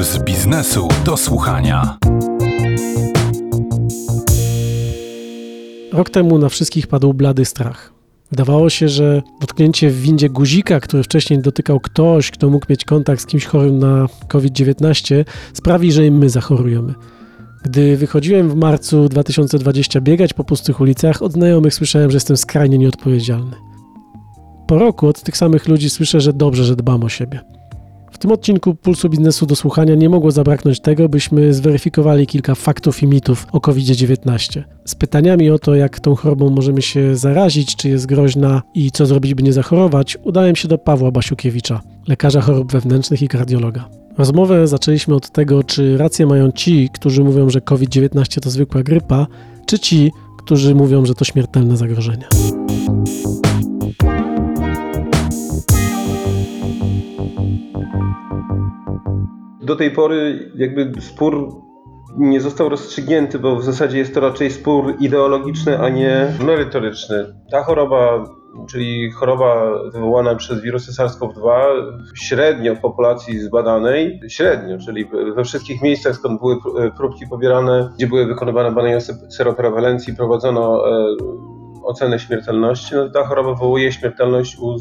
Z biznesu do słuchania. Rok temu na wszystkich padł blady strach. Wydawało się, że dotknięcie w windzie guzika, który wcześniej dotykał ktoś, kto mógł mieć kontakt z kimś chorym na COVID-19, sprawi, że i my zachorujemy. Gdy wychodziłem w marcu 2020 biegać po pustych ulicach, od znajomych słyszałem, że jestem skrajnie nieodpowiedzialny. Po roku od tych samych ludzi słyszę, że dobrze, że dbam o siebie. W tym odcinku Pulsu Biznesu do słuchania nie mogło zabraknąć tego, byśmy zweryfikowali kilka faktów i mitów o COVID-19. Z pytaniami o to, jak tą chorobą możemy się zarazić, czy jest groźna i co zrobić, by nie zachorować, udałem się do Pawła Basiukiewicza, lekarza chorób wewnętrznych i kardiologa. Rozmowę zaczęliśmy od tego, czy rację mają ci, którzy mówią, że COVID-19 to zwykła grypa, czy ci, którzy mówią, że to śmiertelne zagrożenie. Do tej pory spór nie został rozstrzygnięty, bo w zasadzie jest to raczej spór ideologiczny, a nie merytoryczny. Ta choroba, czyli choroba wywołana przez wirusy SARS-CoV-2, średnio w populacji zbadanej, czyli we wszystkich miejscach, skąd były próbki pobierane, gdzie były wykonywane badania seroprewalencji, prowadzono ocenę śmiertelności, ta choroba wywołuje śmiertelność u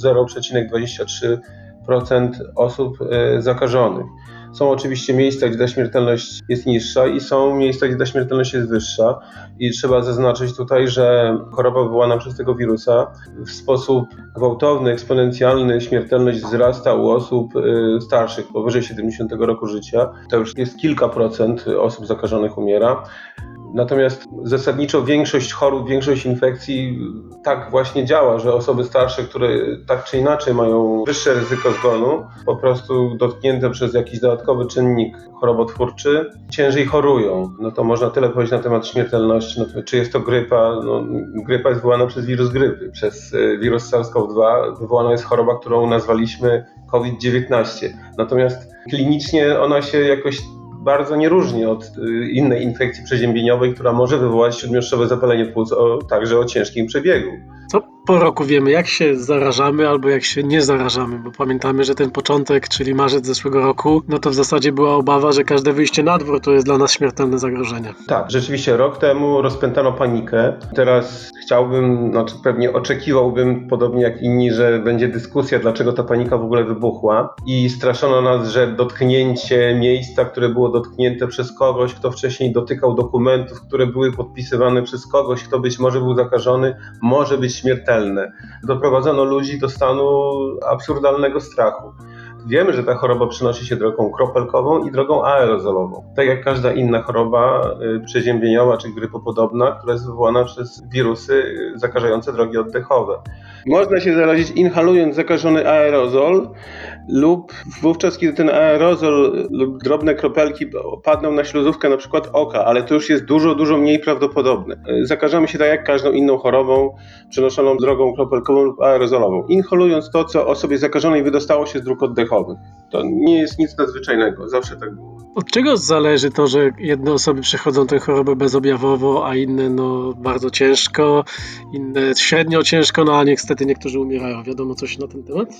0,23% osób zakażonych. Są oczywiście miejsca, gdzie ta śmiertelność jest niższa i są miejsca, gdzie ta śmiertelność jest wyższa. I trzeba zaznaczyć tutaj, że choroba wywołana przez tego wirusa w sposób gwałtowny, eksponencjalny, śmiertelność wzrasta u osób starszych, powyżej 70 roku życia. To już jest kilka procent osób zakażonych umiera. Natomiast zasadniczo większość chorób, większość infekcji tak właśnie działa, że osoby starsze, które tak czy inaczej mają wyższe ryzyko zgonu, po prostu dotknięte przez jakiś dodatkowy czynnik chorobotwórczy, ciężej chorują. To można tyle powiedzieć na temat śmiertelności. Czy jest to grypa? Grypa jest wywołana przez wirus grypy, przez wirus SARS-CoV-2. Wywołana jest choroba, którą nazwaliśmy COVID-19. Natomiast klinicznie ona się jakoś bardzo nie różni od innej infekcji przeziębieniowej, która może wywołać śródmieszczowe zapalenie płuc, także o ciężkim przebiegu. Co po roku wiemy, jak się zarażamy albo jak się nie zarażamy, bo pamiętamy, że ten początek, czyli marzec zeszłego roku, to w zasadzie była obawa, że każde wyjście na dwór to jest dla nas śmiertelne zagrożenie. Tak, rzeczywiście rok temu rozpętano panikę. Teraz pewnie oczekiwałbym, podobnie jak inni, że będzie dyskusja, dlaczego ta panika w ogóle wybuchła i straszono nas, że dotknięcie miejsca, które było dotknięte przez kogoś, kto wcześniej dotykał dokumentów, które były podpisywane przez kogoś, kto być może był zakażony, może być śmiertelne. Doprowadzono ludzi do stanu absurdalnego strachu. Wiemy, że ta choroba przenosi się drogą kropelkową i drogą aerozolową. Tak jak każda inna choroba przeziębieniowa czy grypopodobna, która jest wywołana przez wirusy zakażające drogi oddechowe. Można się zarazić inhalując zakażony aerozol lub wówczas, kiedy ten aerozol lub drobne kropelki padną na śluzówkę na przykład oka, ale to już jest dużo mniej prawdopodobne. Zakażamy się tak jak każdą inną chorobą przenoszoną drogą kropelkową lub aerozolową, inhalując to, co osobie zakażonej wydostało się z dróg oddechowych. To nie jest nic nadzwyczajnego, zawsze tak było. Od czego zależy to, że jedne osoby przechodzą tę chorobę bezobjawowo, a inne bardzo ciężko, inne średnio ciężko, a niestety niektórzy umierają? Wiadomo coś na ten temat?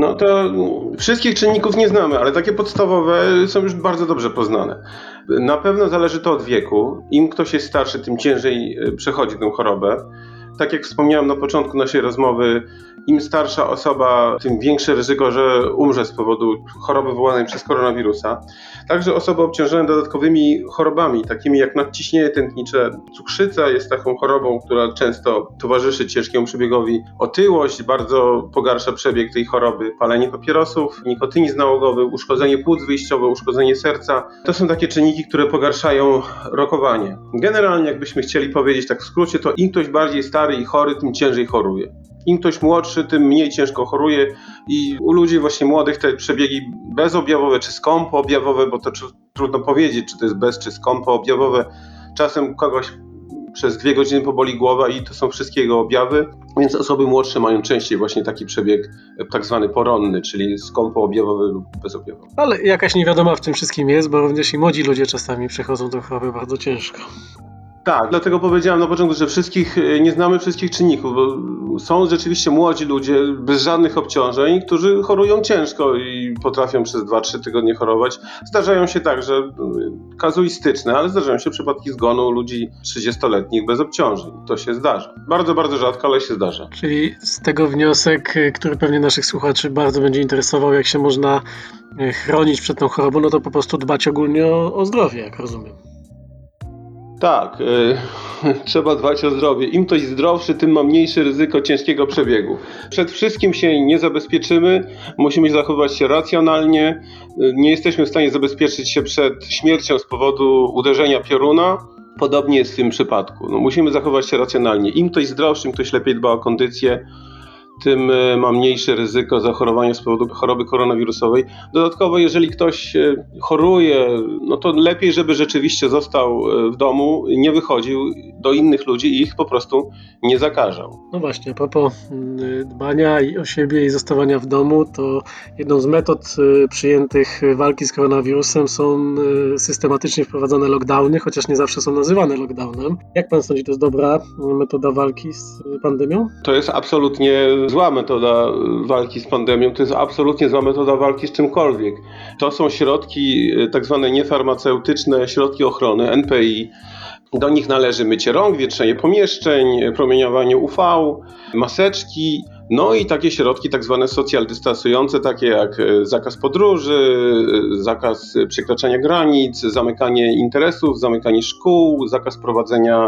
To wszystkich czynników nie znamy, ale takie podstawowe są już bardzo dobrze poznane. Na pewno zależy to od wieku. Im ktoś jest starszy, tym ciężej przechodzi tę chorobę. Tak jak wspomniałem na początku naszej rozmowy, im starsza osoba, tym większe ryzyko, że umrze z powodu choroby wywołanej przez koronawirusa. Także osoby obciążone dodatkowymi chorobami, takimi jak nadciśnienie tętnicze. Cukrzyca jest taką chorobą, która często towarzyszy ciężkiemu przebiegowi. Otyłość bardzo pogarsza przebieg tej choroby. Palenie papierosów, nikotynizm nałogowy, uszkodzenie płuc wyjściowe, uszkodzenie serca. To są takie czynniki, które pogarszają rokowanie. Generalnie, jakbyśmy chcieli powiedzieć tak w skrócie, to im ktoś bardziej stary i chory, tym ciężej choruje. Im ktoś młodszy, tym mniej ciężko choruje i u ludzi właśnie młodych te przebiegi bezobjawowe czy skąpoobjawowe, bo to trudno powiedzieć, czy to jest bez czy skąpoobjawowe. Czasem kogoś przez 2 godziny poboli głowa i to są wszystkie jego objawy, więc osoby młodsze mają częściej właśnie taki przebieg tak zwany poronny, czyli skąpoobjawowy lub bezobjawowy. Ale jakaś niewiadoma w tym wszystkim jest, bo również i młodzi ludzie czasami przechodzą tę chorobę bardzo ciężko. Tak, dlatego powiedziałem na początku, że nie znamy wszystkich czynników, bo są rzeczywiście młodzi ludzie bez żadnych obciążeń, którzy chorują ciężko i potrafią przez 2-3 tygodnie chorować. Zdarzają się także kazuistyczne, ale zdarzają się przypadki zgonu ludzi 30-letnich bez obciążeń. To się zdarza. Bardzo, bardzo rzadko, ale się zdarza. Czyli z tego wniosek, który pewnie naszych słuchaczy bardzo będzie interesował, jak się można chronić przed tą chorobą, no to po prostu dbać ogólnie o zdrowie, jak rozumiem. Tak, trzeba dbać o zdrowie. Im ktoś zdrowszy, tym ma mniejsze ryzyko ciężkiego przebiegu. Przed wszystkim się nie zabezpieczymy, musimy zachowywać się racjonalnie. Nie jesteśmy w stanie zabezpieczyć się przed śmiercią z powodu uderzenia pioruna. Podobnie jest w tym przypadku. Musimy zachować się racjonalnie. Im ktoś zdrowszy, im ktoś lepiej dba o kondycję, tym ma mniejsze ryzyko zachorowania z powodu choroby koronawirusowej. Dodatkowo, jeżeli ktoś choruje, no to lepiej, żeby rzeczywiście został w domu, nie wychodził do innych ludzi i ich po prostu nie zakażał. No właśnie, a propos dbania i o siebie i zostawania w domu, to jedną z metod przyjętych walki z koronawirusem są systematycznie wprowadzane lockdowny, chociaż nie zawsze są nazywane lockdownem. Jak pan sądzi, to jest dobra metoda walki z pandemią? To jest absolutnie zła metoda walki z pandemią, to jest absolutnie zła metoda walki z czymkolwiek. To są środki tak zwane niefarmaceutyczne, środki ochrony, NPI. Do nich należy mycie rąk, wietrzenie pomieszczeń, promieniowanie UV, maseczki, no i takie środki tak zwane social dystansujące, takie jak zakaz podróży, zakaz przekraczania granic, zamykanie interesów, zamykanie szkół, zakaz prowadzenia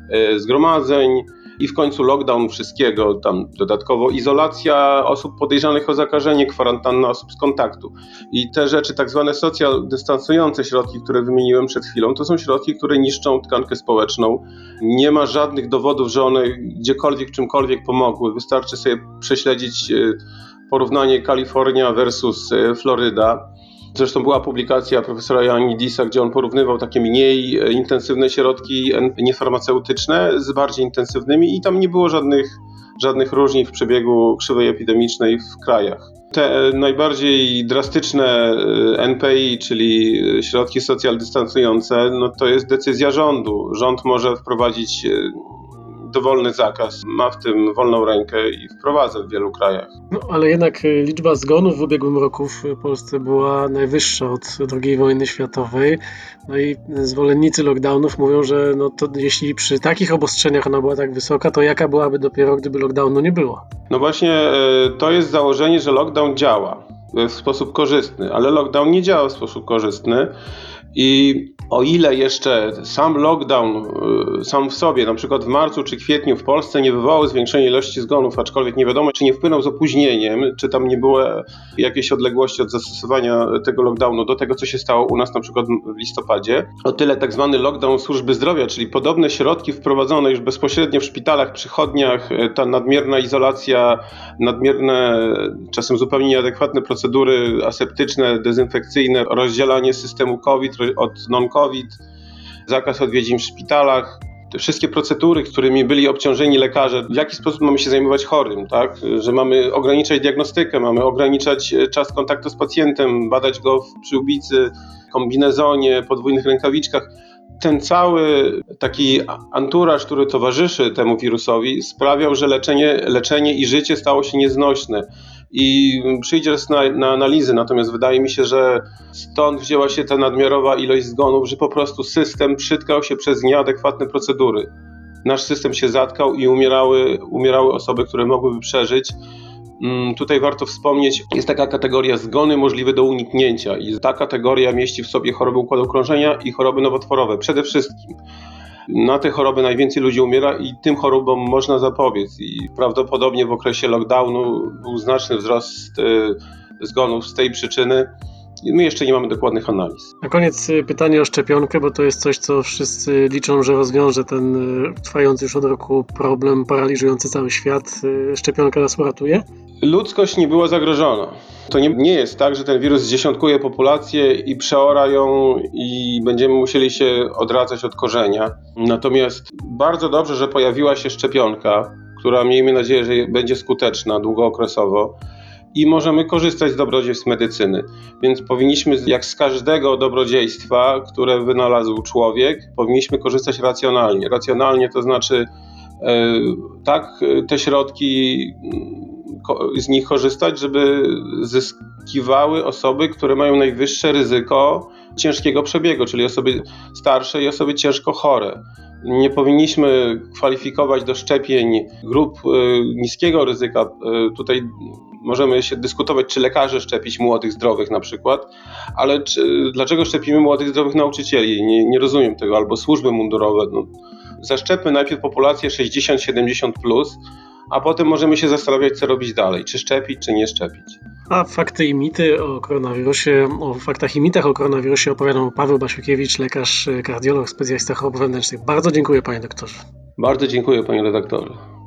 zgromadzeń i w końcu lockdown wszystkiego, tam dodatkowo izolacja osób podejrzanych o zakażenie, kwarantanna osób z kontaktu. I te rzeczy, tak zwane social dystansujące środki, które wymieniłem przed chwilą, to są środki, które niszczą tkankę społeczną. Nie ma żadnych dowodów, że one gdziekolwiek, czymkolwiek pomogły. Wystarczy sobie prześledzić porównanie Kalifornia versus Floryda. Zresztą była publikacja profesora Ioannidisa, gdzie on porównywał takie mniej intensywne środki niefarmaceutyczne z bardziej intensywnymi i tam nie było żadnych różnic w przebiegu krzywej epidemicznej w krajach. Te najbardziej drastyczne NPI, czyli środki social dystansujące, no to jest decyzja rządu. Rząd może wprowadzić dowolny zakaz, ma w tym wolną rękę i wprowadza w wielu krajach. No, ale jednak liczba zgonów w ubiegłym roku w Polsce była najwyższa od II wojny światowej. No i zwolennicy lockdownów mówią, że no to jeśli przy takich obostrzeniach ona była tak wysoka, to jaka byłaby dopiero, gdyby lockdownu nie było? No właśnie to jest założenie, że lockdown działa w sposób korzystny, ale lockdown nie działa w sposób korzystny i o ile jeszcze sam lockdown sam w sobie, na przykład w marcu czy kwietniu w Polsce nie wywołał zwiększenia ilości zgonów, aczkolwiek nie wiadomo, czy nie wpłynął z opóźnieniem, czy tam nie było jakiejś odległości od zastosowania tego lockdownu do tego, co się stało u nas na przykład w listopadzie. O tyle tak zwany lockdown służby zdrowia, czyli podobne środki wprowadzone już bezpośrednio w szpitalach, przychodniach, ta nadmierna izolacja, nadmierne, czasem zupełnie nieadekwatne procedury aseptyczne, dezynfekcyjne, rozdzielanie systemu COVID od non-COVID, zakaz odwiedzin w szpitalach, te wszystkie procedury, którymi byli obciążeni lekarze, w jaki sposób mamy się zajmować chorym, tak? Że mamy ograniczać diagnostykę, mamy ograniczać czas kontaktu z pacjentem, badać go w przyłbicy, kombinezonie, podwójnych rękawiczkach. Ten cały taki anturaż, który towarzyszy temu wirusowi, sprawiał, że leczenie i życie stało się nieznośne. I przyjdzie czas na analizy, natomiast wydaje mi się, że stąd wzięła się ta nadmiarowa ilość zgonów, że po prostu system przytkał się przez nieadekwatne procedury. Nasz system się zatkał i umierały osoby, które mogłyby przeżyć. Tutaj warto wspomnieć, jest taka kategoria zgony możliwe do uniknięcia i ta kategoria mieści w sobie choroby układu krążenia i choroby nowotworowe. Przede wszystkim na te choroby najwięcej ludzi umiera i tym chorobom można zapobiec i prawdopodobnie w okresie lockdownu był znaczny wzrost zgonów z tej przyczyny. My jeszcze nie mamy dokładnych analiz. Na koniec pytanie o szczepionkę, bo to jest coś, co wszyscy liczą, że rozwiąże ten trwający już od roku problem paraliżujący cały świat. Szczepionka nas uratuje? Ludzkość nie była zagrożona. To nie jest tak, że ten wirus zdziesiątkuje populację i przeora ją i będziemy musieli się odradzać od korzenia. Natomiast bardzo dobrze, że pojawiła się szczepionka, która miejmy nadzieję, że będzie skuteczna długookresowo. i możemy korzystać z dobrodziejstw medycyny. Więc powinniśmy, jak z każdego dobrodziejstwa, które wynalazł człowiek, powinniśmy korzystać racjonalnie. Racjonalnie to znaczy tak te środki z nich korzystać, żeby zyskiwały osoby, które mają najwyższe ryzyko ciężkiego przebiegu, czyli osoby starsze i osoby ciężko chore. Nie powinniśmy kwalifikować do szczepień grup niskiego ryzyka. Tutaj możemy się dyskutować, czy lekarzy szczepić młodych, zdrowych na przykład, ale dlaczego szczepimy młodych, zdrowych nauczycieli? Nie rozumiem tego, albo służby mundurowe. Zaszczepmy najpierw populację 60-70+, a potem możemy się zastanawiać, co robić dalej, czy szczepić, czy nie szczepić. A fakty i mity o koronawirusie, o faktach i mitach o koronawirusie opowiadał Paweł Basiukiewicz, lekarz, kardiolog, specjalista chorób wewnętrznych. Bardzo dziękuję, panie doktorze. Bardzo dziękuję, panie redaktorze.